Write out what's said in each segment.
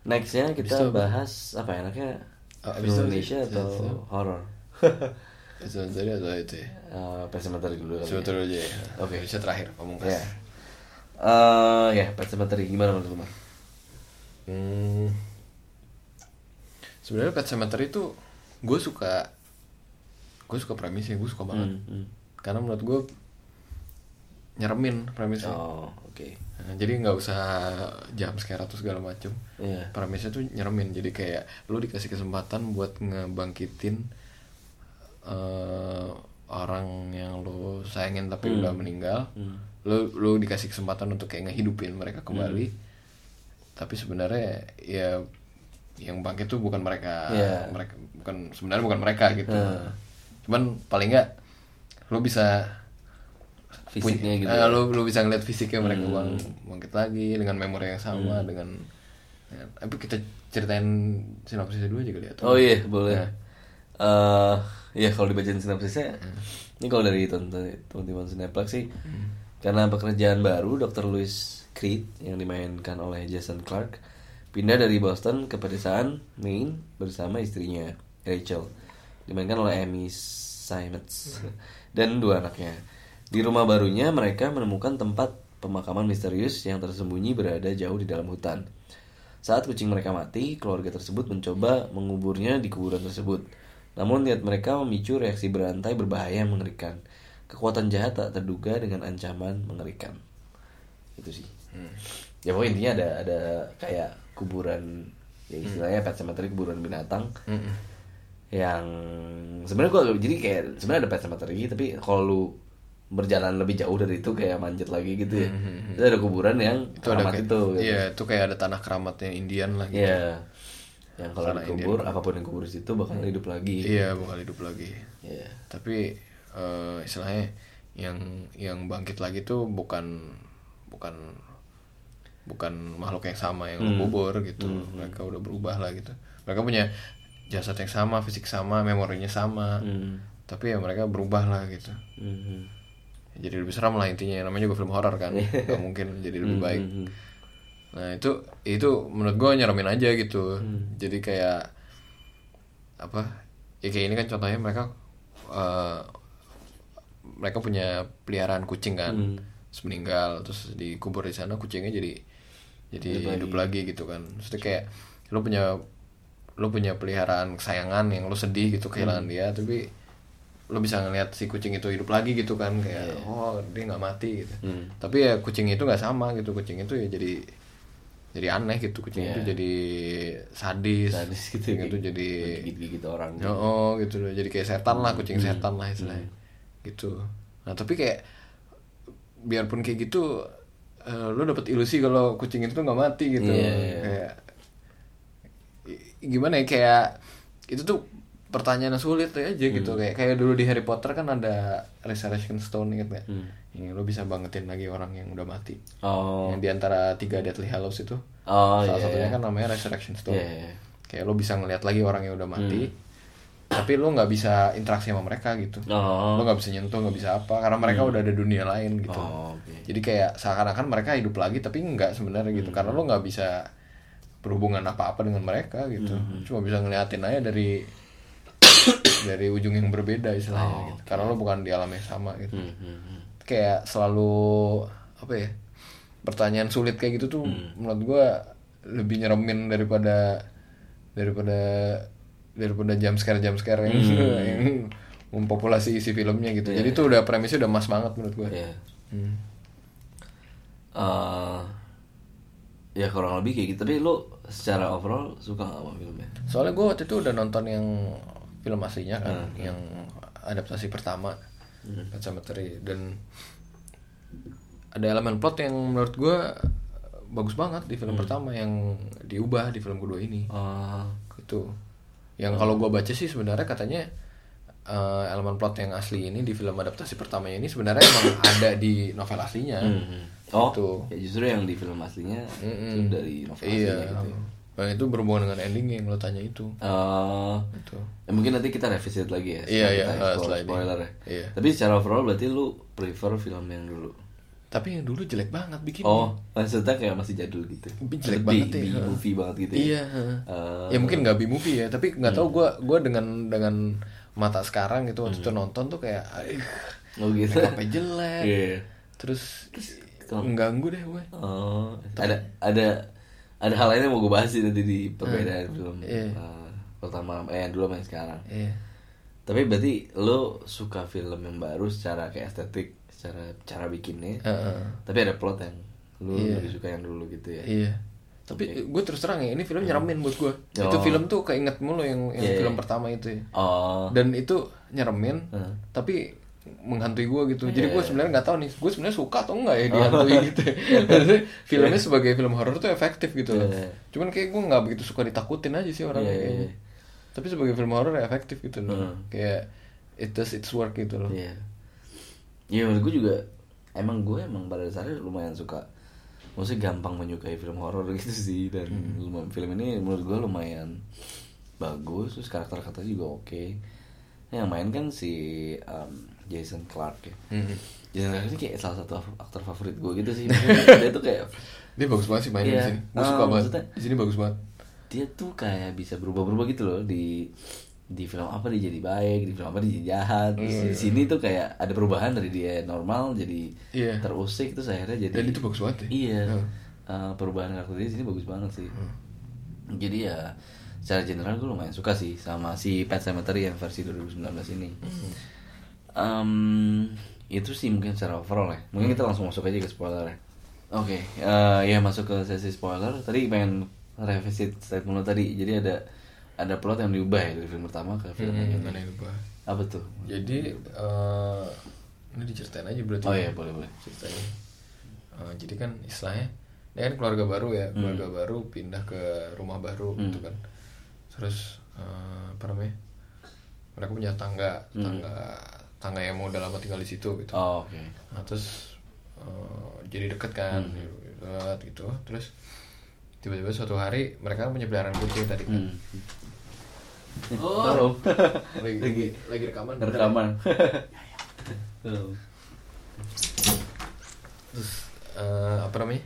Nextnya kita bahas apa enaknya, film Indonesia atau horor? Cemetery atau itu ya? Pet Sematary dulu kali. Cemetery aja ya. Oke. Bisa terakhir pamungkas. Ya Pet Sematary gimana menurut lu? Sebenarnya Pet Sematary itu gue suka premisnya, gue suka banget. Karena menurut gue nyeremin premisnya. Oke. Nah, jadi nggak usah jump scare atau segala macam. Premisnya tuh nyeremin. Jadi kayak lu dikasih kesempatan buat ngebangkitin orang yang lu sayangin tapi udah meninggal. Lu dikasih kesempatan untuk kayak ngehidupin mereka kembali. Tapi sebenarnya ya yang bangkit tuh bukan mereka. Mereka bukan mereka gitu. Cuman paling nggak lu bisa fisiknya gitu. Lu bisa ngeliat fisiknya mereka bangkit lagi dengan memori yang sama dengan. Tapi kita ceritain sinopsisnya dulu aja kali ya. Oh iya boleh. Ya kalau dibacain sinopsisnya, ini kalau dari teman-teman Cineplex sih, karena pekerjaan baru Dr. Louis Creed yang dimainkan oleh Jason Clarke pindah dari Boston ke pedesaan Maine bersama istrinya Rachel, dimainkan oleh Amy Seimetz dan 2 anaknya. Di rumah barunya mereka menemukan tempat pemakaman misterius yang tersembunyi berada jauh di dalam hutan. Saat kucing mereka mati, keluarga tersebut mencoba menguburnya di kuburan tersebut. Namun niat mereka memicu reaksi berantai berbahaya yang mengerikan. Kekuatan jahat tak terduga dengan ancaman mengerikan. Itu sih. Ya pokoknya intinya ada kayak kuburan, ya istilahnya Pet Sematary, kuburan binatang. Yang sebenarnya jadi kayak sebenarnya ada Pet Sematary, tapi kalau lu berjalan lebih jauh dari itu kayak manjat lagi gitu ya. Itu ada kuburan yang keramat itu. Gitu. Iya, itu kayak ada tanah keramatnya Indian lah gitu. Iya. Yang kalau dikubur, apapun yang kubur di situ bakal hidup lagi. Iya, bakal hidup lagi. Iya. Tapi istilahnya yang bangkit lagi tuh bukan makhluk yang sama yang kubur gitu. Mereka udah berubah lah gitu. Mereka punya jasad yang sama, fisik sama, memorinya sama. Tapi ya mereka berubah lah gitu. Jadi lebih seram lah intinya, namanya juga film horor kan, nggak mungkin jadi lebih baik. Nah itu menurut gue nyeremin aja gitu. Jadi kayak apa? Ya kayak ini kan contohnya mereka punya peliharaan kucing kan, meninggal terus dikubur di sana, kucingnya jadi hidup lagi gitu kan. Maksudnya kayak lu punya peliharaan kesayangan yang lu sedih gitu kehilangan dia, tapi lo bisa ngelihat si kucing itu hidup lagi gitu kan, kayak dia nggak mati gitu. Tapi ya kucing itu nggak sama gitu, kucing itu ya jadi aneh gitu, kucing itu jadi sadis gitu, itu jadi gitu orang gitu loh, jadi kayak setan lah, kucing setan lah istilahnya gitu. Nah tapi kayak biarpun kayak gitu lo dapet ilusi kalau kucing itu tuh nggak mati gitu. Kayak gimana ya, kayak itu tuh pertanyaan sulit aja gitu. Kayak dulu di Harry Potter kan ada Resurrection Stone, inget gak? Yang lo bisa bangkitin lagi orang yang udah mati. Yang diantara 3 Deathly Hallows itu salah satunya kan namanya Resurrection Stone. Kayak lo bisa ngeliat lagi orang yang udah mati, tapi lo nggak bisa interaksi sama mereka gitu. Lo nggak bisa nyentuh, nggak bisa apa, karena mereka udah ada dunia lain gitu. Jadi kayak seakan-akan mereka hidup lagi, tapi nggak sebenarnya gitu, karena lo nggak bisa berhubungan apa-apa dengan mereka gitu. Cuma bisa ngeliatin aja dari ujung yang berbeda istilahnya gitu. Karena lo bukan di alam yang sama gitu. Kayak selalu apa ya, pertanyaan sulit kayak gitu tuh menurut gue lebih nyeremin daripada jump scare yang mempopulasi isi filmnya gitu. Jadi tuh udah premisnya udah mas banget menurut gue. Ya kurang lebih kayak gitu. Tapi lo secara overall suka gak sama filmnya? Soalnya gue waktu itu udah nonton yang film aslinya kan, yang adaptasi pertama Pet Sematary, dan ada elemen plot yang menurut gue bagus banget di film pertama yang diubah di film kedua ini. Gitu. Yang kalau gue baca sih sebenarnya katanya elemen plot yang asli ini di film adaptasi pertamanya ini sebenarnya emang ada di novel aslinya. Gitu. Ya justru yang di film aslinya itu dari novel aslinya gitu. Nah, itu berhubungan dengan ending yang lo tanya itu. Gitu. Ya, mungkin nanti kita revisit lagi ya. Iya, spoiler ya. Tapi secara overall berarti lu prefer film yang dulu? Tapi yang dulu jelek banget bikinnya. Oh, maksudnya kayak masih jadul gitu. Jelek banget ya. B-movie banget gitu ya. Iya. Ya mungkin nggak B-movie ya, tapi nggak tahu gue dengan mata sekarang gitu waktu itu nonton tuh kayak, oh gitu. Sampai jelek. Yeah. Terus mengganggu deh gue. Oh, ada hal lain yang mau gue bahas sih nanti di perbedaan film. Pertama dulu sama yang sekarang. Tapi berarti lo suka film yang baru secara kayak estetik, secara cara bikinnya. Tapi ada plot yang lo lebih suka yang dulu gitu ya. Iya. Tapi gue terus terang ya, ini film nyeremin buat gue. Itu film tuh keinget mulu yang film pertama itu ya. Dan itu nyeremin, tapi menghantui gue gitu. Jadi gue sebenarnya nggak tahu nih, gue sebenarnya suka atau enggak ya dihantui gitu. Filmnya sebagai film horor tuh efektif gitu loh. Cuman kayak gue nggak begitu suka ditakutin aja sih orangnya kayaknya. Tapi sebagai film horor efektif gitu loh. Kayak it does its work gitu loh. Iya, menurut gue juga emang pada dasarnya lumayan suka. Maksudnya gampang menyukai film horor gitu sih, dan film ini menurut gue lumayan bagus, terus karakter-karakternya juga oke. Yang main kan si Jason Clarke ya. Jason Clarke ini kayak salah satu aktor favorit gue gitu sih. Dia tuh kayak dia bagus banget sih mainnya di sini. Gue suka banget. Di sini bagus banget. Dia tuh kayak bisa berubah-berubah gitu loh, di film apa dia jadi baik, di film apa dia jadi jahat. Di sini tuh kayak ada perubahan dari dia normal jadi terusik, terus akhirnya jadi. Dan itu bagus banget ya. Iya. Perubahan karakter dia di sini bagus banget sih. Jadi ya secara general gue lumayan suka sih sama si Pet Sematary yang versi 2019 ini. Itu sih mungkin secara overall ya. Mungkin kita langsung masuk aja ke spoiler ya. Oke, ya masuk ke sesi spoiler. Tadi pengen revisit statement lo tadi. Jadi ada plot yang diubah ya dari film pertama ke film yang ini. Mana yang diubah? Apa tuh? Jadi ini diceritain aja berarti. Oh iya, boleh ceritain. Jadi kan istilahnya ini kan keluarga baru ya, keluarga baru pindah ke rumah baru gitu kan. Terus apa namanya? Mereka punya tangga yang mau udah lama tinggal di situ gitu. Oh, oke. Nah, terus jadi deket kan, gitu. Terus tiba-tiba suatu hari mereka kan punya peliharaan kucing tadi kan. Oh, lagi rekaman. Terus apa namanya?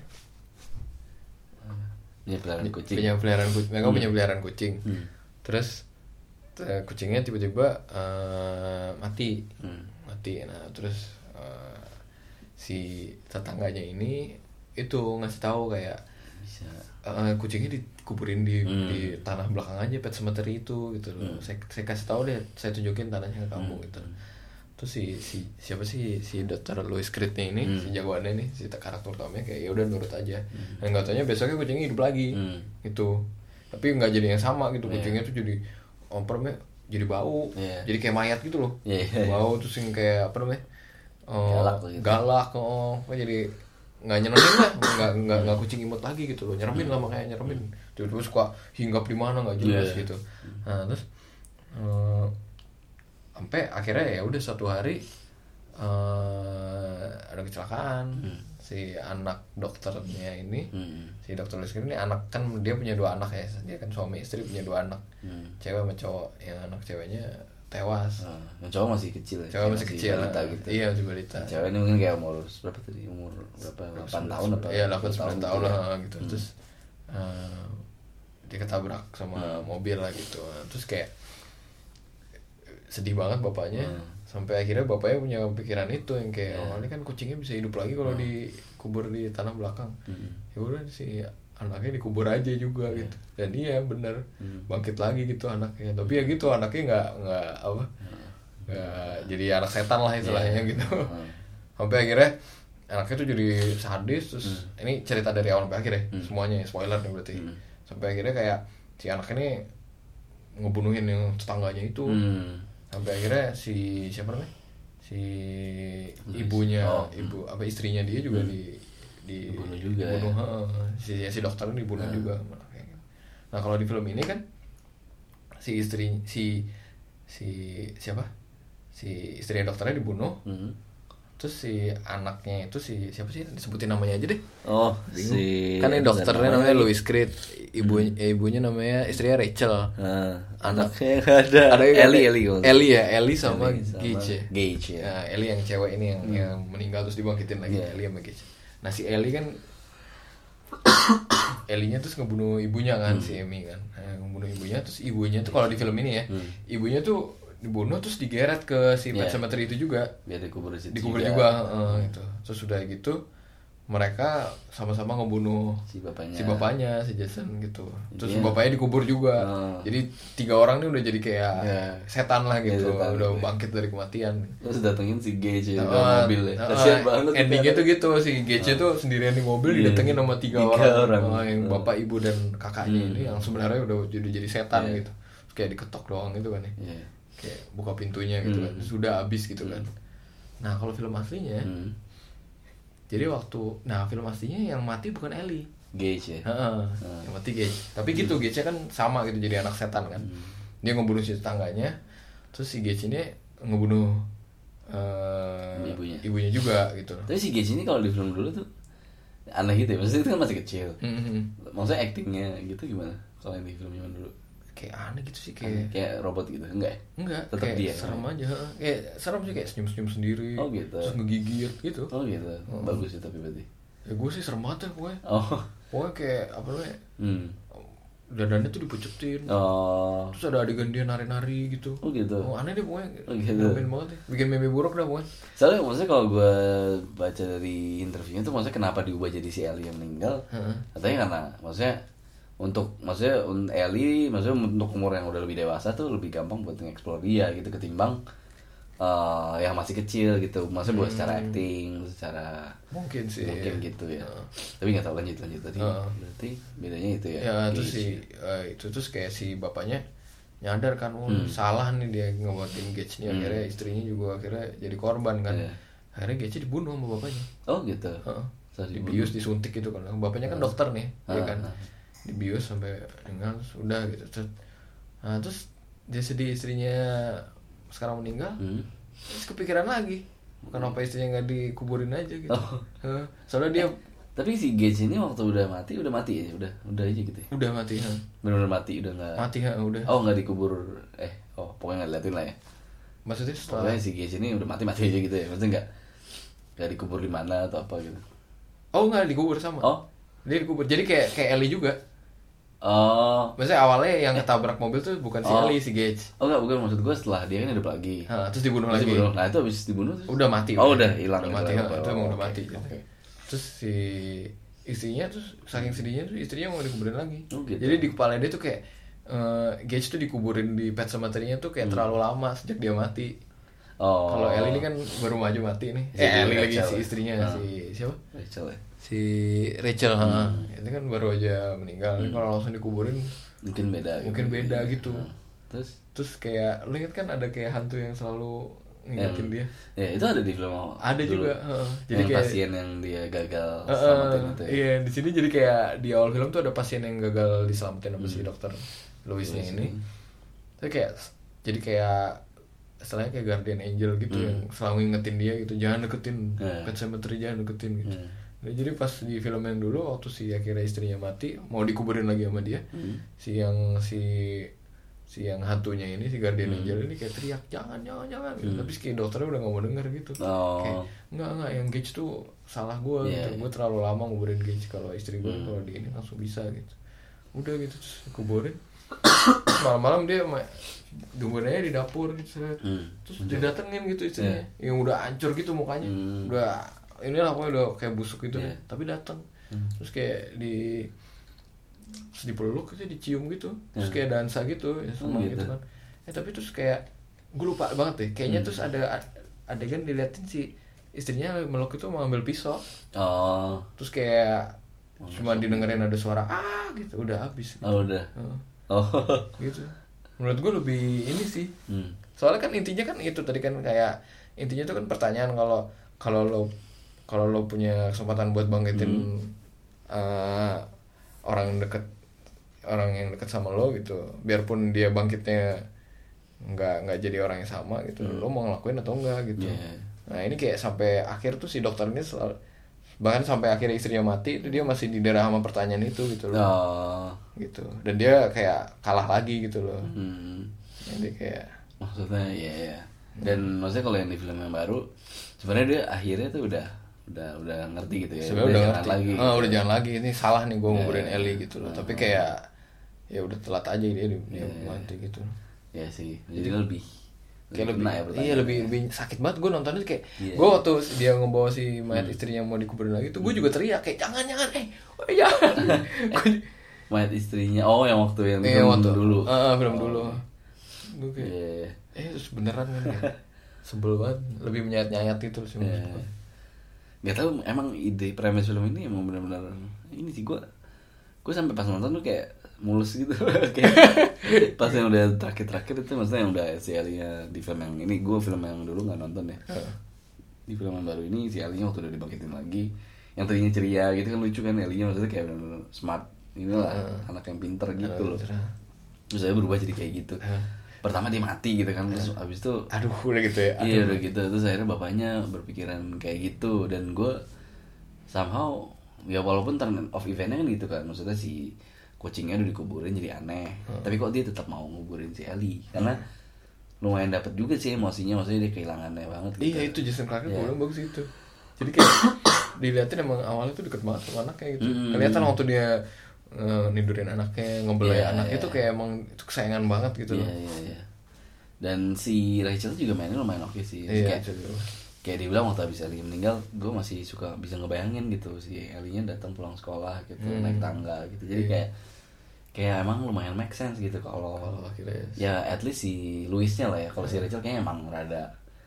Punya peliharaan kucing. Mereka punya peliharaan kucing. Terus kucingnya tiba-tiba mati. Nah, terus si tetangganya ini itu ngasih tahu kayak kucingnya dikuburin di tanah belakang aja Pet Sematary itu gitu loh. Saya kasih tahu deh, saya tunjukin tanahnya ke kamu gitu. Terus siapa sih si Dr. Louis Creed-nya ini, si jagoannya nih, si karakter utamanya kayak ya udah nurut aja. Dan nggak taunya besoknya kucingnya hidup lagi gitu. Tapi nggak jadi yang sama gitu, kucingnya tuh jadi jadi bau, jadi kayak mayat gitu loh. Bau terus yang kayak apa namanya? Galak, jadi nggak nyeremin lah, nggak kucing imut lagi gitu loh, nyeremin lah makanya nyeremin. Tiba-tiba suka hinggap di mana nggak jelas gitu. Nah terus sampai akhirnya ya udah suatu hari ada kecelakaan. Si anak dokternya ini, si dokter Leskir ini anak kan dia punya 2 anak ya, dia kan suami istri punya 2 anak, cewek sama cowok. Yang anak ceweknya tewas. Yang cowok masih kecil ya? Cowok masih kecil balita gitu. Iya masih balita. Cewek ini mungkin kayak umur berapa 8 tahun apa? Iya 8-9 tahun lah gitu. Terus dia ketabrak sama mobil lah gitu. Terus kayak sedih banget bapaknya. Sampai akhirnya bapaknya punya pikiran itu yang kayak ini kan kucingnya bisa hidup lagi kalau dikubur di tanah belakang. Ya udah si anaknya dikubur aja juga gitu. Dan iya bener bangkit lagi gitu anaknya. Tapi ya gitu anaknya nggak jadi anak setan lah istilahnya gitu. Sampai akhirnya anaknya tuh jadi sadis. Terus ini cerita dari awal sampai akhir ya, semuanya spoiler nih berarti. Sampai akhirnya kayak si anak ini ngebunuhin yang tetangganya itu. Sampai akhirnya si siapa namanya, si ibunya istrinya dia juga dibunuh juga. Si dokter ini dibunuh juga. Nah kalau di film ini kan si istrinya dokternya dibunuh. Terus si anaknya itu siapa sih, disebutin namanya aja deh. Oh, si kan ini dokternya namanya Louis Creed, ibunya namanya istrinya Rachel. Anaknya ada Ellie sama Gage ya. Nah, Ellie yang cewek ini yang meninggal terus dibangkitin lagi. Ellie sama Gage. Nah si Ellie kan Ellie-nya terus ngebunuh ibunya kan, si Amy kan. Ngebunuh ibunya, terus ibunya tuh kalau di film ini ya, ibunya tuh dibunuh terus digeret ke si Pet Sematary itu juga. Biar dikubur juga gitu. Terus sudah gitu mereka sama-sama ngebunuh si bapaknya si Jason gitu. Terus bapaknya dikubur juga. Jadi 3 orang nih udah jadi kayak setan lah gitu. Udah bangkit dari kematian. Terus datengin si Gage di mobil ya. Kasian banget. Endingnya tuh gitu, si Gage tuh sendirian di mobil didatengin sama 3 orang. Yang bapak, ibu dan kakaknya ini yang sebenarnya udah jadi setan gitu. Terus kayak diketok doang gitu kan ya. Kayak buka pintunya gitu kan. Sudah habis gitu kan. Nah, kalau film aslinya jadi film aslinya yang mati bukan Ellie, Gage ya. Yang mati Gage. Tapi gitu Gage kan sama gitu, jadi anak setan kan. Dia ngebunuh si tetangganya. Terus si Gage ini ngebunuh ibunya juga gitu. Tapi si Gage ini kalau di film dulu tuh aneh gitu ya. Maksudnya itu kan masih kecil. Maksudnya actingnya gitu gimana kalau yang di film zaman dulu? Kayak aneh gitu sih, kayak robot gitu. Enggak, tetap kayak dia serem aja. Kayak serem sih, kayak senyum-senyum sendiri. Oh gitu. Terus ngegigit gitu. Oh gitu. Bagus sih tapi berarti. Ya gue sih serem banget ya pokoknya. Pokoknya kayak apa namanya? Dadanya tuh dipucetin. Terus ada adegan dia nari-nari gitu. Oh gitu. Aneh deh pokoknya. Gitu. Banget ya. Bikin meme buruk dah pokoknya. Soalnya maksudnya kalau gue baca dari interviewnya tuh maksudnya kenapa diubah jadi si Ellie yang meninggal? Katanya karena maksudnya Ellie untuk umur yang udah lebih dewasa tuh lebih gampang buat nge-explore dia gitu ketimbang yang masih kecil gitu. Maksudnya buat secara acting, secara mungkin gitu ya. Tapi nggak tahu lanjut tadi. Berarti bedanya itu ya. Ya terus itu terus kayak si bapaknya nyadar kan, salah nih dia ngebuatin Gage nih. Akhirnya istrinya juga akhirnya jadi korban kan. Akhirnya Gage dibunuh sama bapaknya. Oh gitu. Dibius, disuntik gitu kan. Bapaknya kan dokter nih, ya kan. Dibius sampai dengan sudah gitu. Nah terus dia sedih istrinya sekarang meninggal. Terus kepikiran lagi, kenapa istrinya nggak dikuburin aja gitu. Soalnya dia tapi si Gage ini waktu udah mati ya, udah aja gitu ya. Udah mati. Benar-benar mati, udah nggak mati udah. Nggak dikubur. Pokoknya nggak diliatin lah ya. Maksudnya setelah si Gage ini udah mati aja gitu ya. Maksudnya nggak dikubur di mana atau apa gitu. Nggak dikubur sama. Dia dikubur. Jadi kayak Ellie juga. Maksudnya awalnya yang ketabrak mobil tuh bukan si Ellie, si Gage. Enggak, bukan, maksud gue setelah dia kan hidup lagi. Terus dibunuh lagi. Nah, itu habis dibunuh terus udah mati. Udah hilang. Udah mati. Itu emang udah mati. Okay. Terus si istrinya terus saking sedihnya tuh istrinya mau dikuburin lagi. Gitu. Jadi di kepala dia tuh kayak Gage tuh dikuburin di Pet Sematary-nya tuh kayak terlalu lama sejak dia mati. Kalau Ellie ini kan baru maju mati nih. Ellie lagi si istrinya si siapa? Rachel ya. Si Rachel, itu kan baru aja meninggal. Kalau langsung dikuburin mungkin beda gitu. Terus kayak lu inget kan ada kayak hantu yang selalu ngingetin dia. Ya itu ada di film. Ada dulu. Juga. Jadi kayak pasien yang dia gagal selamatin itu. Ya? Iya, di sini jadi kayak di awal film tuh ada pasien yang gagal diselamatin sama si dokter Louisnya ini. Terus kayak jadi kayak istilahnya kayak guardian angel gitu yang selalu ngingetin dia gitu, jangan deketin Pet Sematary, jangan deketin gitu. Nah, jadi pas di film yang dulu waktu si akhirnya istrinya mati mau dikuburin lagi sama dia, si yang hantunya ini, si guardian angel ini kayak teriak jangan gitu. Tapi kayak dokternya udah nggak mau denger gitu. Kayak enggak yang Gage tuh salah gue gitu. Gue terlalu lama nguburin Gage, kalau istri gue kalau di ini langsung bisa gitu. Udah gitu terus kuburin. Malam-malam dia nungguin aja di dapur gitu. Terus didatengin gitu istrinya yang udah hancur gitu mukanya. Udah inilah pokoknya udah kayak busuk gitu deh. Tapi datang. Terus kayak terus dipeluk gitu, dicium gitu. Terus kayak dansa gitu ya sama gitu kan. Tapi terus kayak gue lupa banget deh. Kayaknya terus ada adegan diliatin si istrinya meluk itu mau ambil pisau. Terus kayak cuma didengerin ada suara gitu, udah habis gitu. Udah. Gitu. Menurut gue lebih ini sih. Soalnya kan intinya kan itu tadi kan kayak intinya itu kan pertanyaan kalau lo punya kesempatan buat bangkitin orang yang dekat sama lo gitu, biarpun dia bangkitnya nggak jadi orang yang sama gitu, lo mau ngelakuin atau enggak gitu. Nah ini kayak sampai akhir tuh si dokter ini selalu, bahkan sampai akhirnya istrinya mati itu dia masih didera sama pertanyaan itu gitu loh. Gitu. Dan dia kayak kalah lagi gitu loh. Jadi kayak maksudnya ya. Dan maksudnya kalau yang di film yang baru sebenarnya dia akhirnya tuh udah ngerti gitu ya. Sebenarnya udah ngerti lagi. Udah jangan lagi, ini salah nih gue nguburin Ellie gitu loh. Tapi kayak ya udah telat aja dia mati gitu. Ya sih. Jadi lebih lebih sakit banget gue nontonnya kayak gue waktu dia ngebawa si mayat istrinya mau dikuburin lagi tuh gue juga teriak kayak jangan jangan mayat istrinya yang waktu yang film dulu film dulu gue kayak terus beneran kan sebel banget lebih menyayat gitu sih nggak tahu emang ide premis film ini emang benar-benar ini sih gue sampai pas nonton tuh kayak mulus gitu kayak pas yang udah terakhir itu maksudnya yang udah si Ellie-nya di film yang ini, gue film yang dulu nggak nonton ya. Di film yang baru ini si Ellie-nya waktu udah dibangkitin lagi yang tadinya ceria gitu kan, lucu kan Ellie-nya, maksudnya kayak benar-benar smart inilah anak yang pinter gitu loh. Terus saya berubah jadi kayak gitu. Pertama dia mati gitu kan, terus abis itu udah gitu ya. Iya udah gitu, terus akhirnya bapaknya berpikiran kayak gitu, dan gue somehow ya walaupun turn of event-nya kan gitu kan, maksudnya si kucingnya udah dikuburin jadi aneh, tapi kok dia tetap mau nguburin si Ellie karena lumayan dapet juga sih emosinya, maksudnya dia kehilangannya banget gitu. Iya itu Jason Clarke gue bilang bagus itu, jadi kayak dilihatin emang awalnya tuh deket banget sama anaknya gitu. Kelihatan waktu dia nidurin anaknya, ngebelai anaknya tuh kayak emang itu kesayangan banget gitu. Iya. Dan si Rachel juga mainnya lumayan oke sih. Kayak dia bilang waktu habis Ellie meninggal, gue masih suka bisa ngebayangin gitu si Ellie-nya datang pulang sekolah gitu, naik tangga gitu. Jadi kayak emang lumayan make sense gitu kalau ya at least si Louis-nya lah ya. Kalau si Rachel kayaknya emang rada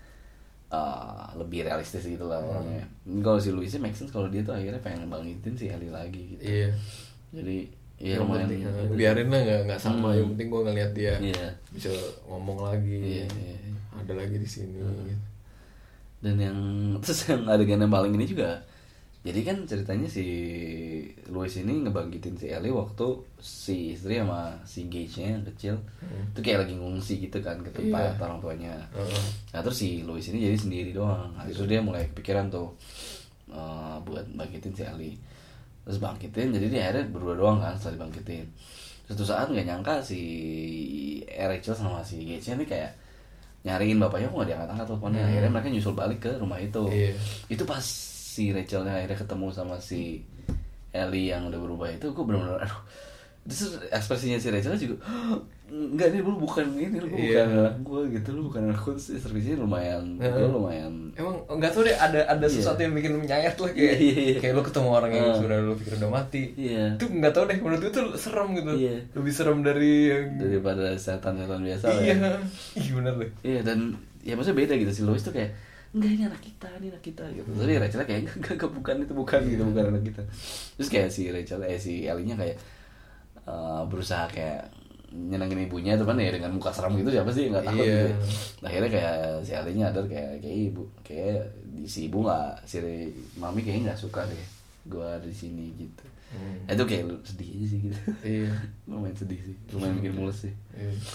lebih realistis gitu lah orangnya. Kalau si Louis-nya make sense kalau dia tuh akhirnya pengen bangkitin si Ellie lagi gitu. Iya. Jadi ya lumayan biarin lah nggak sama, yang penting gue ngeliat dia bisa ngomong lagi, ada lagi di sini. Gitu. Dan yang terus yang adegan yang paling ini juga, jadi kan ceritanya si Louis ini ngebangkitin si Ellie waktu si istri sama si Gage-nya yang kecil itu kayak lagi ngungsi gitu kan ke tempat orang tuanya. Nah terus si Louis ini jadi sendiri doang. Nah, itu dia mulai kepikiran tuh buat bangkitin si Ellie. Terus bangkitin, jadi dia akhirnya berdua doang kan setelah dibangkitin. Suatu saat nggak nyangka si Rachel sama si Gage-nya ini kayak nyariin bapaknya kok nggak diangkat-angkat teleponnya. Akhirnya mereka nyusul balik ke rumah itu. Itu pas si Rachelnya akhirnya ketemu sama si Ellie yang udah berubah itu, gue bener-bener terus ekspresinya si Rachel juga enggak nih, lu bukan ini, lu bukan anak gue gitu, lu bukan anak gue. Ekspresinya lumayan emang nggak tahu deh, ada sesuatu yang bikin menyayat lah kayak lu ketemu orang yang sudah lu pikir udah mati. Itu nggak tahu deh, menurut gue tuh serem gitu. Lebih serem daripada setan-setan biasa. Bener deh. Dan ya maksudnya beda gitu, si Louis tuh kayak enggak, ini anak kita gitu. Tapi Rachel kayak enggak bukan itu, bukan gitu, bukan anak kita. Terus kayak si Ellie-nya kayak berusaha kayak nyenengin ibunya tuh kan ya dengan muka seram gitu, siapa sih nggak takut gitu. Akhirnya kayak si Ellie-nya ada kayak ibu, kayak si ibu nggak, si mami kayaknya nggak suka deh gue ada di sini gitu. Itu kayak sedih aja sih gitu. Lumayan sedih sih, lumayan bikin mulus sih.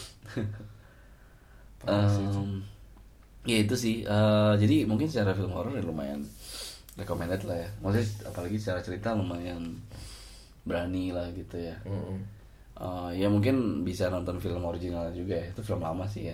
Ya itu sih, jadi mungkin secara film horor ya lumayan recommended lah ya. Maksudnya apalagi secara cerita lumayan berani lah gitu ya. Ya mungkin bisa nonton film original juga ya, itu film lama sih ya.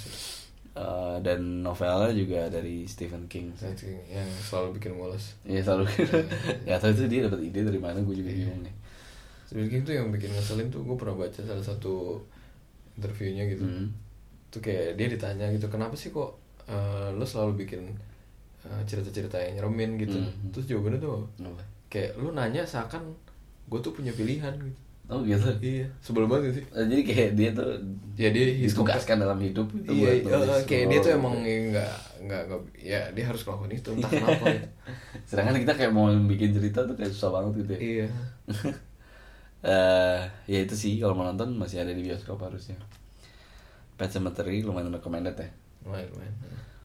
Dan novelnya juga dari Stephen King yang selalu bikin mules. Iya selalu. Ya tahu itu dia dapat ide dari mana, gue juga bingung nih. Stephen King tuh yang bikin ngeselin tuh, gue pernah baca salah satu interviewnya gitu. Tuh kayak dia ditanya gitu, kenapa sih kok lo selalu bikin cerita-cerita yang nyeremin gitu. Terus jawabannya tuh kayak lo nanya seakan gue tuh punya pilihan gitu. Oh gitu. Iya, sebel banget sih. Jadi kayak dia tuh ya dia ditugaskan dalam hidup itu. Iya, kayak dia tuh emang enggak ya dia harus ngelakuin itu entah kenapa gitu. Sedangkan kita kayak mau bikin cerita tuh kayak susah banget gitu ya. Iya. Ya itu sih, kalau mau nonton masih ada di bioskop harusnya. Pet Sematary lumayan recommended ya. Lumayan.